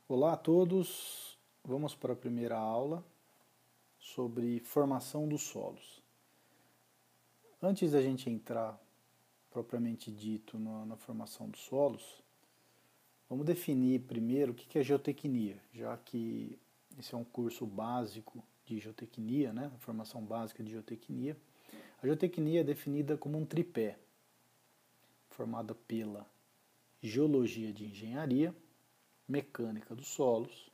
Olá a todos, vamos para a primeira aula sobre formação dos solos. Antes da gente entrar propriamente dito na formação dos solos, vamos definir primeiro o que é geotecnia, já que esse é um curso básico de geotecnia, né? A formação básica de geotecnia. A geotecnia é definida como um tripé, formada pela geologia de engenharia, mecânica dos solos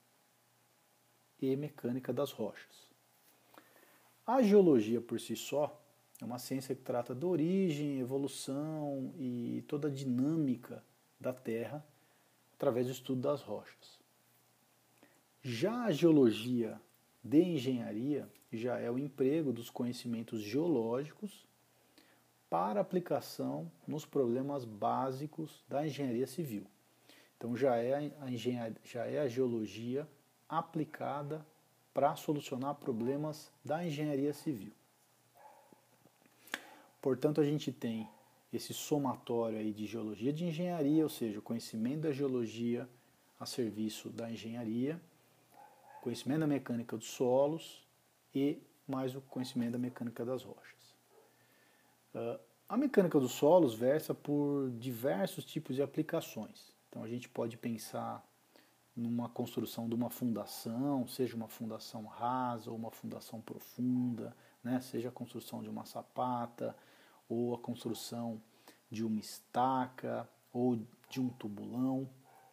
e mecânica das rochas. A geologia por si só é uma ciência que trata da origem, evolução e toda a dinâmica da Terra através do estudo das rochas. Já a geologia de engenharia já é o emprego dos conhecimentos geológicos para aplicação nos problemas básicos da engenharia civil. Então já é a geologia aplicada para solucionar problemas da engenharia civil. Portanto, a gente tem esse somatório aí de geologia de engenharia, ou seja, o conhecimento da geologia a serviço da engenharia, conhecimento da mecânica dos solos e mais o conhecimento da mecânica das rochas. A mecânica dos solos versa por diversos tipos de aplicações. Então a gente pode pensar numa construção de uma fundação, seja uma fundação rasa ou uma fundação profunda, né? Seja a construção de uma sapata, ou a construção de uma estaca, ou de um tubulão.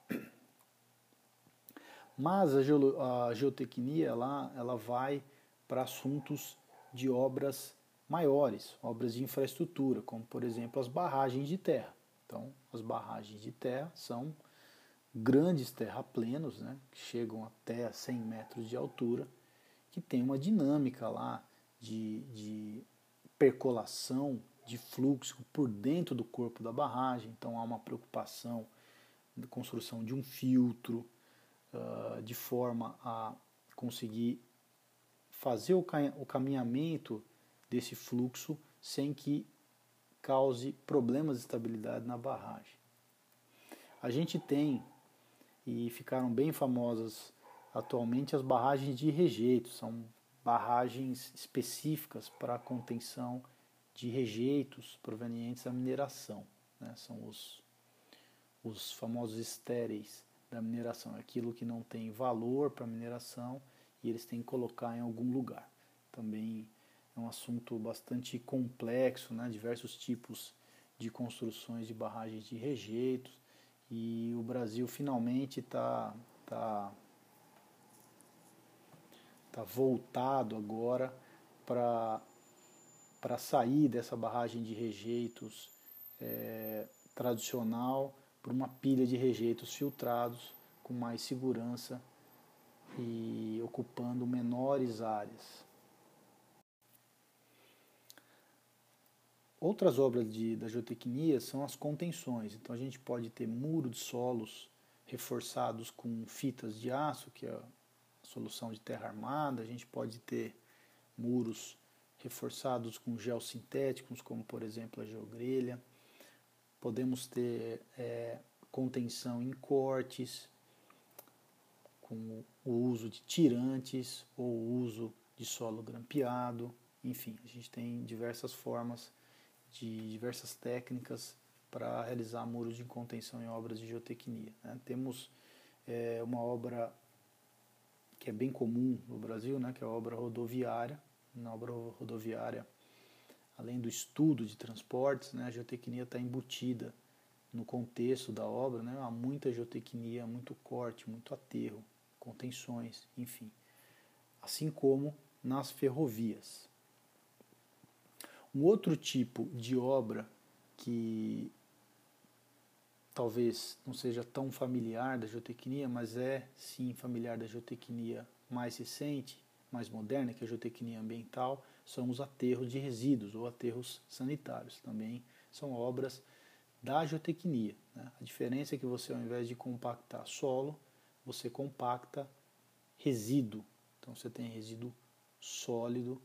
Mas a geotecnia ela vai para assuntos de obras maiores, obras de infraestrutura, como por exemplo as barragens de terra. Então, as barragens de terra são grandes terraplenos, né, que chegam até 100 metros de altura, que tem uma dinâmica lá de percolação de fluxo por dentro do corpo da barragem. Então há uma preocupação de construção de um filtro, de forma a conseguir fazer o caminhamento desse fluxo sem que cause problemas de estabilidade na barragem. A gente tem, e ficaram bem famosas atualmente, as barragens de rejeito. São barragens específicas para a contenção de rejeitos provenientes da mineração, né? São os famosos estéreis da mineração, aquilo que não tem valor para a mineração e eles têm que colocar em algum lugar. Também é um assunto bastante complexo, né? Diversos tipos de construções de barragens de rejeitos, e o Brasil finalmente está voltado agora para sair dessa barragem de rejeitos tradicional para uma pilha de rejeitos filtrados com mais segurança e ocupando menores áreas. Outras obras da geotecnia são as contenções. Então a gente pode ter muro de solos reforçados com fitas de aço, que é a solução de terra armada. A gente pode ter muros reforçados com geossintéticos, como por exemplo a geogrelha. Podemos ter contenção em cortes, com o uso de tirantes ou o uso de solo grampeado. Enfim, a gente tem diversas formas, diversas técnicas para realizar muros de contenção em obras de geotecnia, né? Temos uma obra que é bem comum no Brasil, né, que é a obra rodoviária. Na obra rodoviária, além do estudo de transportes, né, a geotecnia está embutida no contexto da obra, né? Há muita geotecnia, muito corte, muito aterro, contenções, enfim. Assim como nas ferrovias. Um outro tipo de obra que talvez não seja tão familiar da geotecnia, mas é sim familiar da geotecnia mais recente, mais moderna, que é a geotecnia ambiental, são os aterros de resíduos ou aterros sanitários. Também são obras da geotecnia, né? A diferença é que você, ao invés de compactar solo, você compacta resíduo. Então você tem resíduo sólido,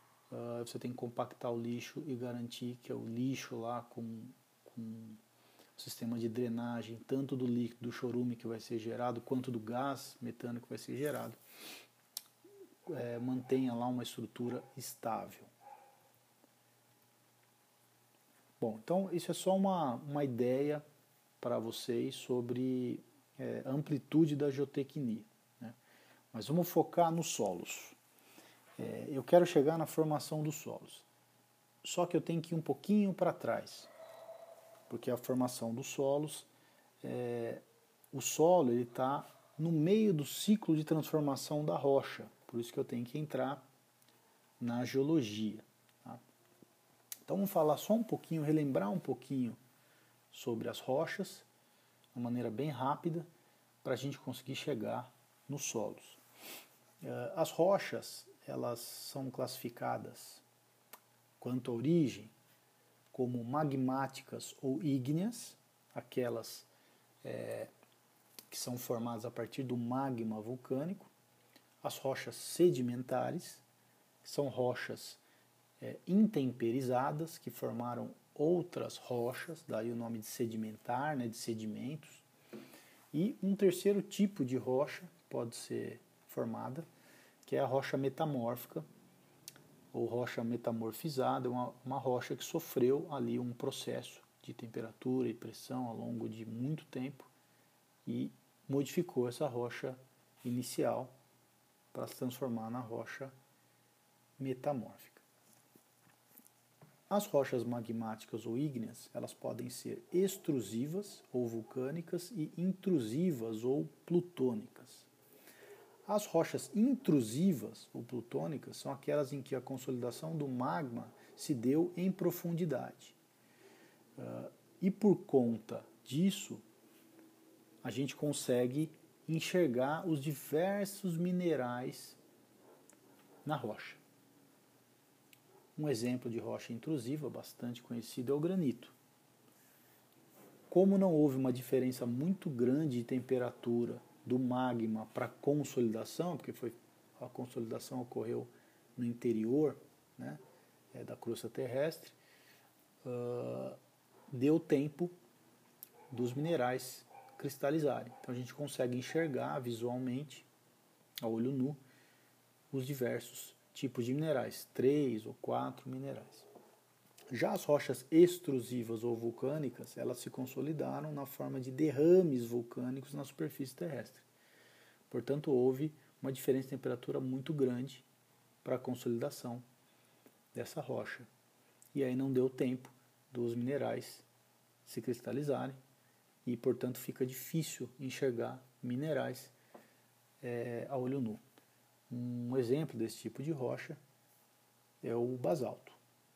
você tem que compactar o lixo e garantir que é o lixo lá com sistema de drenagem, tanto do líquido do chorume que vai ser gerado, quanto do gás metano que vai ser gerado, mantenha lá uma estrutura estável. Bom, então isso é só uma ideia para vocês sobre a amplitude da geotecnia, né? Mas vamos focar nos solos. Eu quero chegar na formação dos solos, só que eu tenho que ir um pouquinho para trás, porque a formação dos solos, o solo está no meio do ciclo de transformação da rocha, por isso que eu tenho que entrar na geologia. Tá? Então vamos falar só um pouquinho, relembrar um pouquinho sobre as rochas, de uma maneira bem rápida, para a gente conseguir chegar nos solos. As rochas, elas são classificadas, quanto à origem, como magmáticas ou ígneas, aquelas que são formadas a partir do magma vulcânico, as rochas sedimentares, que são rochas intemperizadas, que formaram outras rochas, daí o nome de sedimentar, né, de sedimentos, e um terceiro tipo de rocha pode ser formada, que é a rocha metamórfica, ou rocha metamorfizada, uma rocha que sofreu ali um processo de temperatura e pressão ao longo de muito tempo e modificou essa rocha inicial para se transformar na rocha metamórfica. As rochas magmáticas ou ígneas, elas podem ser extrusivas ou vulcânicas e intrusivas ou plutônicas. As rochas intrusivas ou plutônicas são aquelas em que a consolidação do magma se deu em profundidade. E por conta disso, a gente consegue enxergar os diversos minerais na rocha. Um exemplo de rocha intrusiva bastante conhecido é o granito. Como não houve uma diferença muito grande de temperatura do magma para a consolidação, porque a consolidação ocorreu no interior, né, da crosta terrestre, deu tempo dos minerais cristalizarem. Então a gente consegue enxergar visualmente, a olho nu, os diversos tipos de minerais, 3 ou 4 minerais. Já as rochas extrusivas ou vulcânicas, elas se consolidaram na forma de derrames vulcânicos na superfície terrestre. Portanto, houve uma diferença de temperatura muito grande para a consolidação dessa rocha. E aí não deu tempo dos minerais se cristalizarem e, portanto, fica difícil enxergar minerais a olho nu. Um exemplo desse tipo de rocha é o basalto.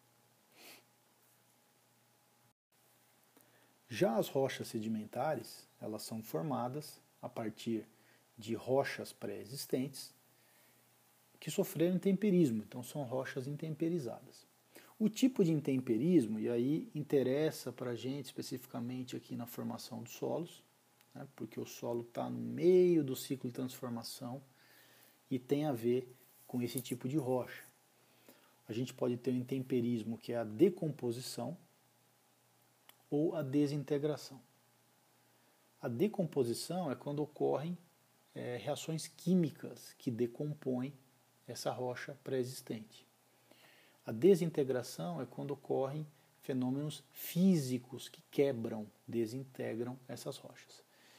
Já as rochas sedimentares, elas são formadas a partir de rochas pré-existentes que sofreram intemperismo, então são rochas intemperizadas. O tipo de intemperismo, e aí interessa para a gente especificamente aqui na formação dos solos, né, porque o solo está no meio do ciclo de transformação e tem a ver com esse tipo de rocha. A gente pode ter o intemperismo, que é a decomposição, ou a desintegração. A decomposição é quando ocorrem reações químicas que decompõem essa rocha pré-existente. A desintegração é quando ocorrem fenômenos físicos que quebram, desintegram essas rochas.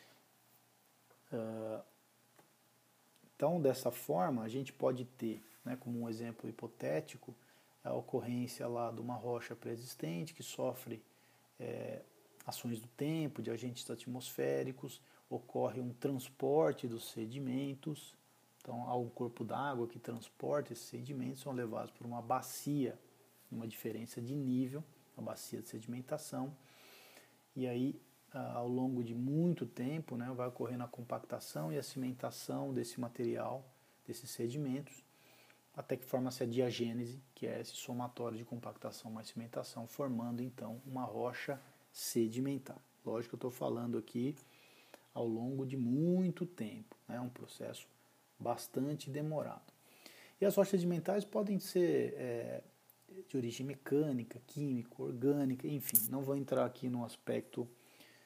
Então, dessa forma, a gente pode ter, né, como um exemplo hipotético, a ocorrência lá de uma rocha pré-existente que sofre ações do tempo, de agentes atmosféricos, ocorre um transporte dos sedimentos, então há um corpo d'água que transporta esses sedimentos, são levados por uma bacia, uma diferença de nível, uma bacia de sedimentação, e aí ao longo de muito tempo, né, vai ocorrendo a compactação e a cimentação desse material, desses sedimentos, até que forma-se a diagênese, que é esse somatório de compactação mais cimentação, formando então uma rocha sedimentar. Lógico que eu estou falando aqui ao longo de muito tempo, é um processo bastante demorado. E as rochas sedimentares podem ser de origem mecânica, química, orgânica, enfim, não vou entrar aqui no aspecto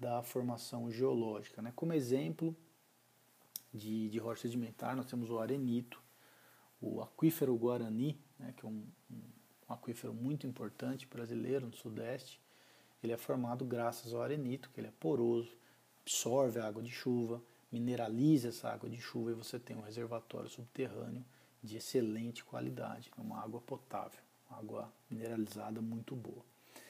da formação geológica, né? Como exemplo de rocha sedimentar, nós temos o arenito, o aquífero Guarani, né, que é um aquífero muito importante brasileiro no Sudeste. Ele é formado graças ao arenito, que ele é poroso, absorve a água de chuva, mineraliza essa água de chuva e você tem um reservatório subterrâneo de excelente qualidade, uma água potável, uma água mineralizada muito boa.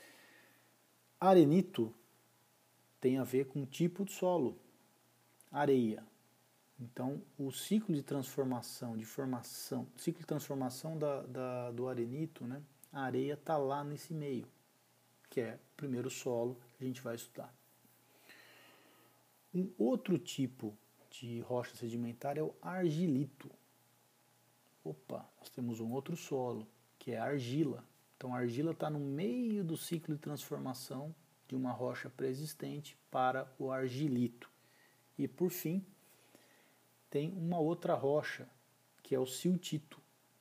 Arenito tem a ver com o tipo de solo, areia. Então, o ciclo de transformação, do arenito, né, a areia está lá nesse meio, que é o primeiro solo que a gente vai estudar. Um outro tipo de rocha sedimentar é o argilito. Opa, nós temos um outro solo, que é a argila. Então, a argila está no meio do ciclo de transformação de uma rocha pré-existente para o argilito. E, por fim, tem uma outra rocha, que é o siltito.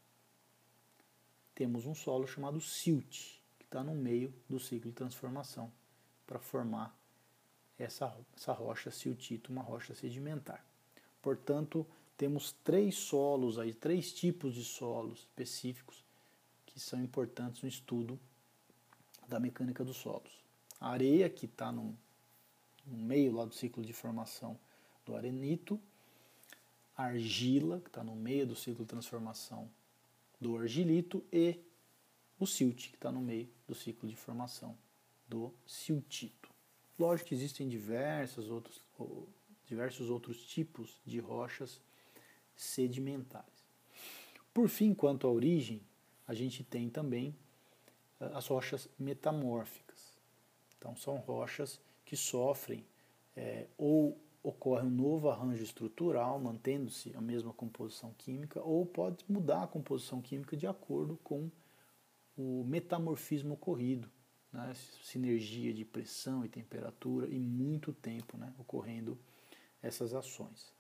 Temos um solo chamado silt, que está no meio do ciclo de transformação, para formar essa rocha siltito, uma rocha sedimentar. Portanto, temos três tipos de solos específicos que são importantes no estudo da mecânica dos solos. A areia, que está no meio lá do ciclo de formação do arenito, a argila, que está no meio do ciclo de transformação do argilito, e o silt, que está no meio do ciclo de formação do siltito. Lógico que existem diversos outros tipos de rochas sedimentares. Por fim, quanto à origem, a gente tem também as rochas metamórficas. Então, são rochas que sofrem ou ocorre um novo arranjo estrutural, mantendo-se a mesma composição química, ou pode mudar a composição química de acordo com o metamorfismo ocorrido, né? Sinergia de pressão e temperatura e muito tempo, né, ocorrendo essas ações.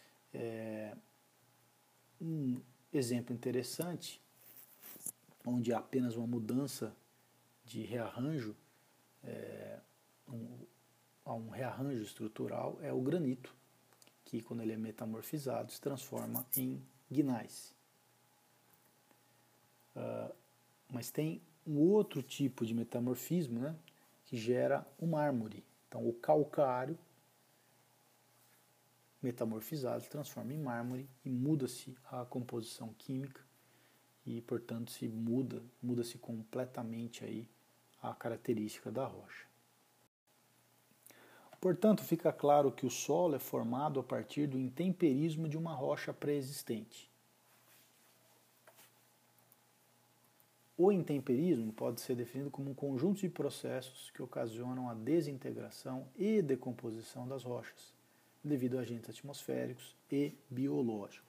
Um exemplo interessante, onde há apenas uma mudança de rearranjo, há um rearranjo estrutural, é o granito, que quando ele é metamorfizado se transforma em gneiss. Mas tem um outro tipo de metamorfismo, né, que gera o mármore. Então, o calcário metamorfizado se transforma em mármore e muda-se a composição química e, portanto, muda-se completamente aí a característica da rocha. Portanto, fica claro que o solo é formado a partir do intemperismo de uma rocha pré-existente. O intemperismo pode ser definido como um conjunto de processos que ocasionam a desintegração e decomposição das rochas, devido a agentes atmosféricos e biológicos.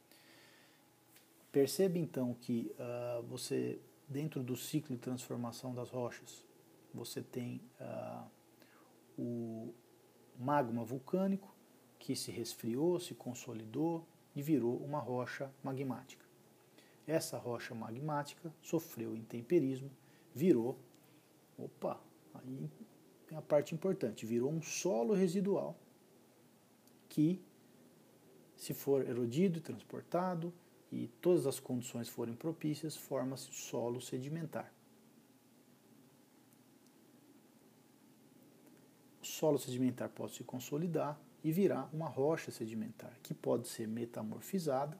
Perceba então que você, dentro do ciclo de transformação das rochas, você tem o magma vulcânico que se resfriou, se consolidou e virou uma rocha magmática. Essa rocha magmática sofreu intemperismo, virou, aí tem a parte importante, virou um solo residual que, se for erodido e transportado e todas as condições forem propícias, forma-se solo sedimentar. O solo sedimentar pode se consolidar e virar uma rocha sedimentar, que pode ser metamorfizada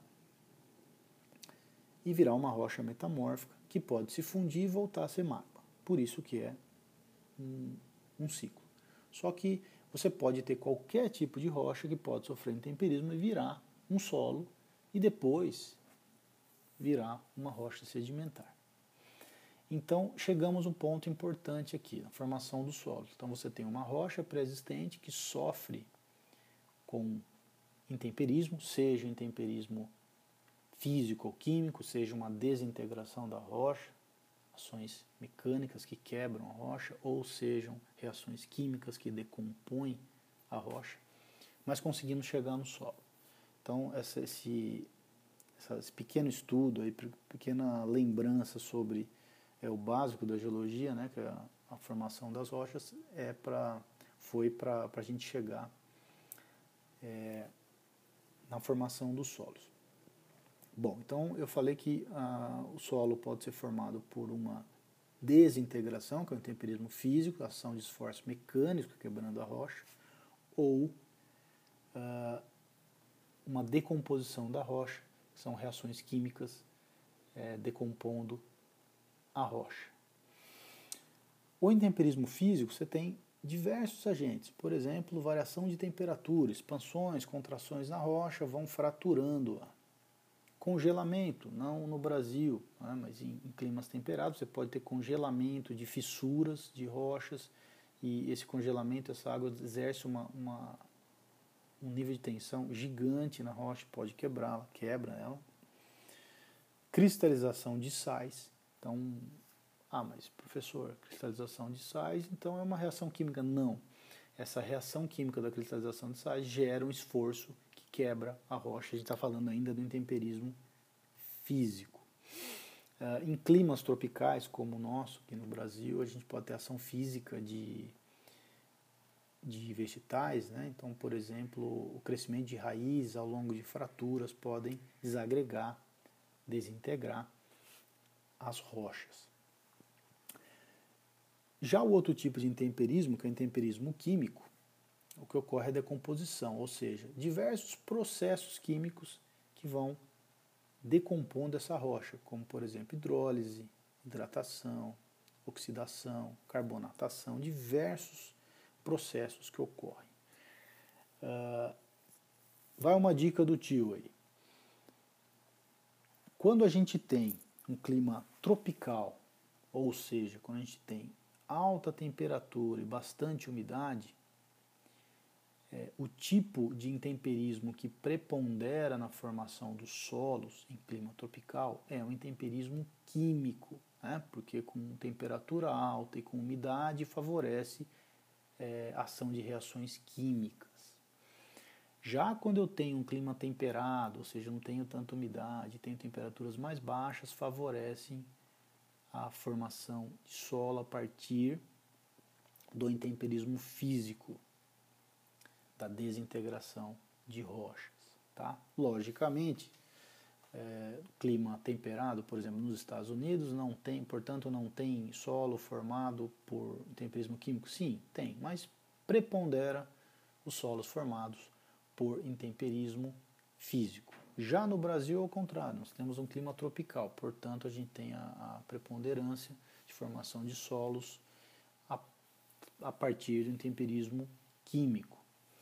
e virar uma rocha metamórfica, que pode se fundir e voltar a ser magma. Por isso que é um ciclo. Só que você pode ter qualquer tipo de rocha que pode sofrer intemperismo e virar um solo e depois virar uma rocha sedimentar. Então, chegamos a um ponto importante aqui, na formação do solo. Então, você tem uma rocha pré-existente que sofre com intemperismo, seja intemperismo físico ou químico, seja uma desintegração da rocha, ações mecânicas que quebram a rocha, ou sejam reações químicas que decompõem a rocha, mas conseguimos chegar no solo. Então, esse pequeno estudo, aí, pequena lembrança sobre o básico da geologia, né, que é a formação das rochas, é para foi para a gente chegar na formação dos solos. Bom, então eu falei que o solo pode ser formado por uma desintegração, que é o intemperismo físico, ação de esforço mecânico quebrando a rocha, ou uma decomposição da rocha, que são reações químicas decompondo a rocha. O intemperismo físico, você tem diversos agentes, por exemplo, variação de temperatura, expansões, contrações na rocha vão fraturando-a. Congelamento, não no Brasil, né, mas em climas temperados, você pode ter congelamento de fissuras de rochas, e esse congelamento, essa água exerce um nível de tensão gigante na rocha, pode quebrá-la, quebra ela. Cristalização de sais, então, mas professor, cristalização de sais, então é uma reação química? Não. Essa reação química da cristalização de sais gera um esforço que quebra a rocha. A gente está falando ainda do intemperismo físico. Em climas tropicais como o nosso, aqui no Brasil, a gente pode ter ação física de vegetais, né? Então, por exemplo, o crescimento de raízes ao longo de fraturas podem desagregar, desintegrar as rochas. Já o outro tipo de intemperismo, que é o intemperismo químico, o que ocorre é a decomposição, ou seja, diversos processos químicos que vão decompondo essa rocha, como por exemplo hidrólise, hidratação, oxidação, carbonatação, diversos processos que ocorrem. Vai uma dica do tio aí. Quando a gente tem um clima tropical, ou seja, quando a gente tem alta temperatura e bastante umidade, o tipo de intemperismo que prepondera na formação dos solos em clima tropical é o intemperismo químico, né? Porque com temperatura alta e com umidade favorece a ação de reações químicas. Já quando eu tenho um clima temperado, ou seja, não tenho tanta umidade, tenho temperaturas mais baixas, favorecem a formação de solo a partir do intemperismo físico, da desintegração de rochas. Tá? Logicamente, clima temperado, por exemplo, nos Estados Unidos, portanto, não tem solo formado por intemperismo químico? Sim, tem, mas prepondera os solos formados por intemperismo físico. Já no Brasil, ao contrário, nós temos um clima tropical, portanto, a gente tem a preponderância de formação de solos a partir do intemperismo químico.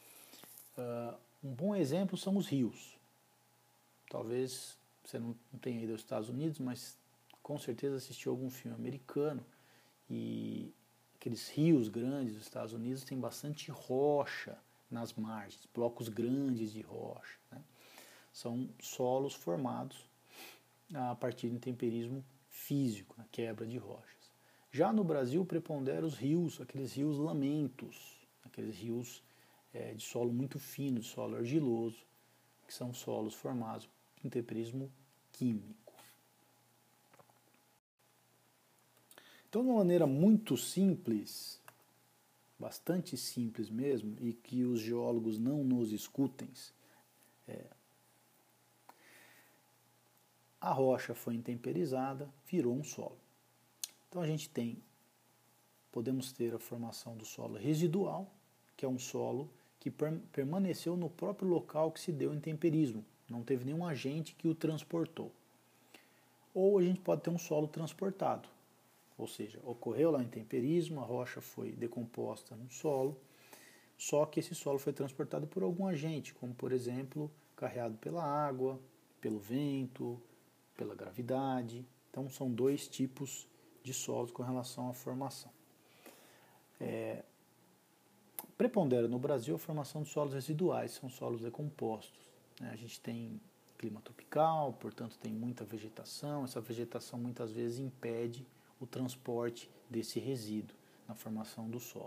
Um bom exemplo são os rios. Talvez você não tenha ido aos Estados Unidos, mas com certeza assistiu algum filme americano, e aqueles rios grandes dos Estados Unidos têm bastante rocha nas margens, blocos grandes de rocha, né? São solos formados a partir do intemperismo físico, a quebra de rochas. Já no Brasil prepondera os rios, aqueles rios lamentos, aqueles rios de solo muito fino, de solo argiloso, que são solos formados por intemperismo químico. Então, de uma maneira muito simples, bastante simples mesmo, e que os geólogos não nos escutem, a rocha foi intemperizada, virou um solo. Então a gente podemos ter a formação do solo residual, que é um solo que permaneceu no próprio local que se deu o intemperismo, não teve nenhum agente que o transportou. Ou a gente pode ter um solo transportado, ou seja, ocorreu lá o intemperismo, a rocha foi decomposta no solo, só que esse solo foi transportado por algum agente, como por exemplo, carreado pela água, pelo vento, pela gravidade. Então são dois tipos de solos com relação à formação. Prepondera no Brasil a formação de solos residuais, são solos decompostos. A gente tem clima tropical, portanto tem muita vegetação, essa vegetação muitas vezes impede o transporte desse resíduo na formação do solo.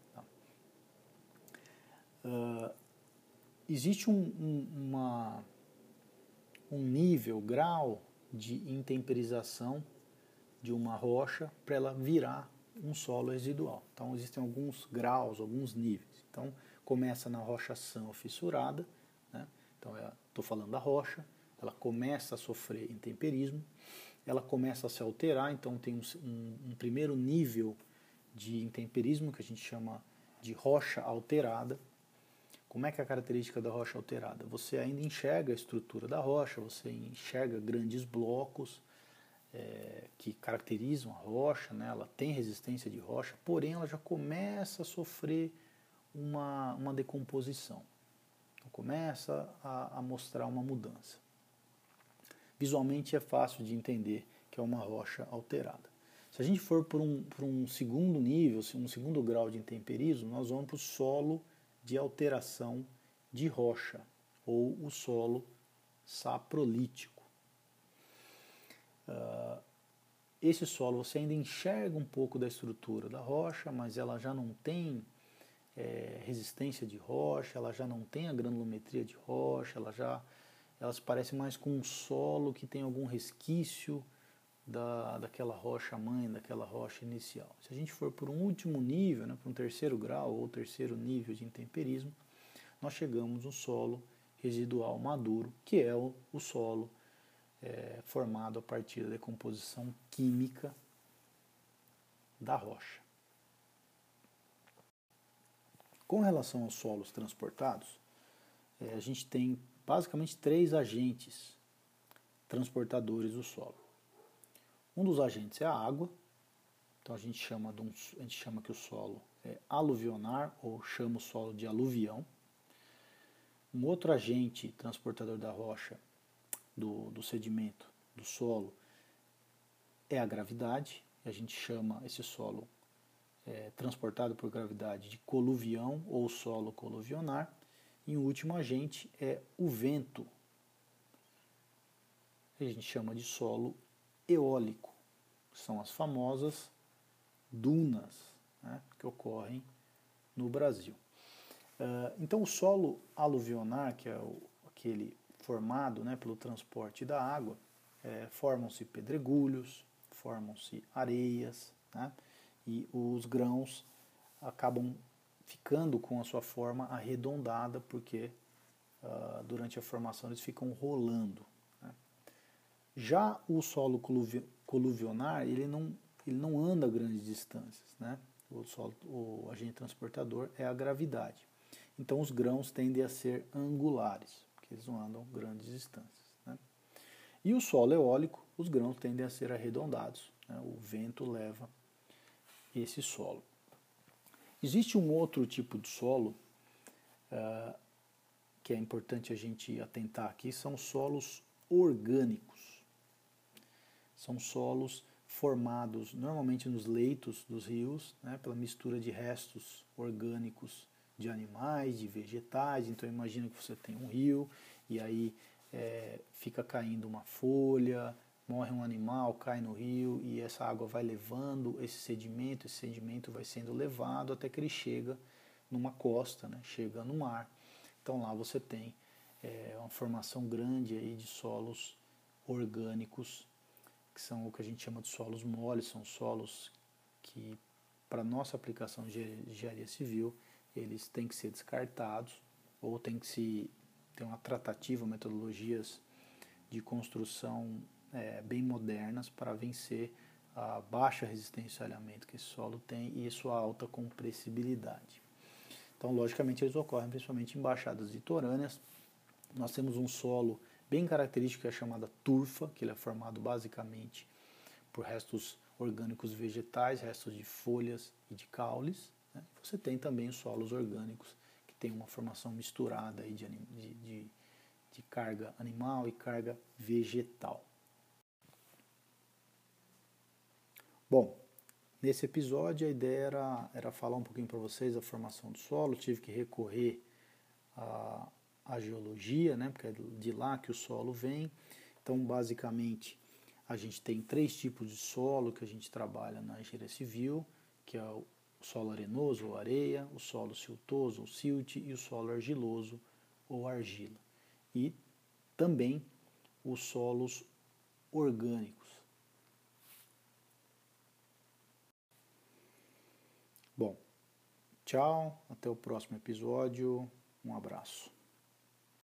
Existe um nível, grau de intemperização de uma rocha para ela virar um solo residual. Então existem alguns graus, alguns níveis. Então começa na rochação fissurada, né? Então estou falando da rocha, ela começa a sofrer intemperismo, ela começa a se alterar, então tem um primeiro nível de intemperismo que a gente chama de rocha alterada. Como é que é a característica da rocha alterada? Você ainda enxerga a estrutura da rocha, você enxerga grandes blocos que caracterizam a rocha, né? Ela tem resistência de rocha, porém ela já começa a sofrer uma decomposição, então, começa a mostrar uma mudança. Visualmente é fácil de entender que é uma rocha alterada. Se a gente for por um segundo nível, um segundo grau de intemperismo, nós vamos para o solo de alteração de rocha, ou o solo saprolítico. Esse solo você ainda enxerga um pouco da estrutura da rocha, mas ela já não tem resistência de rocha, ela já não tem a granulometria de rocha, ela se parece mais com um solo que tem algum resquício daquela rocha mãe, daquela rocha inicial. Se a gente for por um último nível, né, por um terceiro grau ou terceiro nível de intemperismo, nós chegamos no solo residual maduro, que é o solo formado a partir da decomposição química da rocha. Com relação aos solos transportados, a gente tem basicamente 3 agentes transportadores do solo. Um dos agentes é a água, então a gente chama que o solo é aluvionar, ou chama o solo de aluvião. Um outro agente transportador da rocha, do sedimento, do solo, é a gravidade, e a gente chama esse solo transportado por gravidade de coluvião ou solo coluvionar. E o último agente é o vento, que a gente chama de solo eólico, que são as famosas dunas, né, que ocorrem no Brasil. Então o solo aluvionar, que é aquele formado, né, pelo transporte da água, formam-se pedregulhos, formam-se areias, né, e os grãos acabam ficando com a sua forma arredondada, porque durante a formação eles ficam rolando. Né. Já o solo coluvionar, ele não anda grandes distâncias, né. O agente transportador é a gravidade. Então os grãos tendem a ser angulares, porque eles não andam grandes distâncias. Né. E o solo eólico, os grãos tendem a ser arredondados, né. O vento leva esse solo. Existe um outro tipo de solo que é importante a gente atentar aqui, são solos orgânicos. São solos formados normalmente nos leitos dos rios, né, pela mistura de restos orgânicos de animais, de vegetais. Então imagina que você tem um rio e aí fica caindo uma folha, morre um animal, cai no rio e essa água vai levando esse sedimento vai sendo levado até que ele chega numa costa, né, chega no mar. Então lá você tem uma formação grande aí de solos orgânicos, que são o que a gente chama de solos moles, são solos que, para nossa aplicação de engenharia civil, eles têm que ser descartados ou tem que ter uma tratativa, metodologias de construção bem modernas para vencer a baixa resistência ao alhamento que esse solo tem e sua alta compressibilidade. Então, logicamente, eles ocorrem principalmente em baixadas litorâneas. Nós temos um solo bem característico que é chamada turfa, que ele é formado basicamente por restos orgânicos vegetais, restos de folhas e de caules. Né? Você tem também os solos orgânicos, que tem uma formação misturada aí de carga animal e carga vegetal. Bom, nesse episódio a ideia era falar um pouquinho para vocês da formação do solo. Tive que recorrer à geologia, né, porque é de lá que o solo vem. Então, basicamente, a gente tem 3 tipos de solo que a gente trabalha na engenharia civil, que é o solo arenoso ou areia, o solo siltoso ou silt e o solo argiloso ou argila. E também os solos orgânicos. Bom, tchau, até o próximo episódio, um abraço.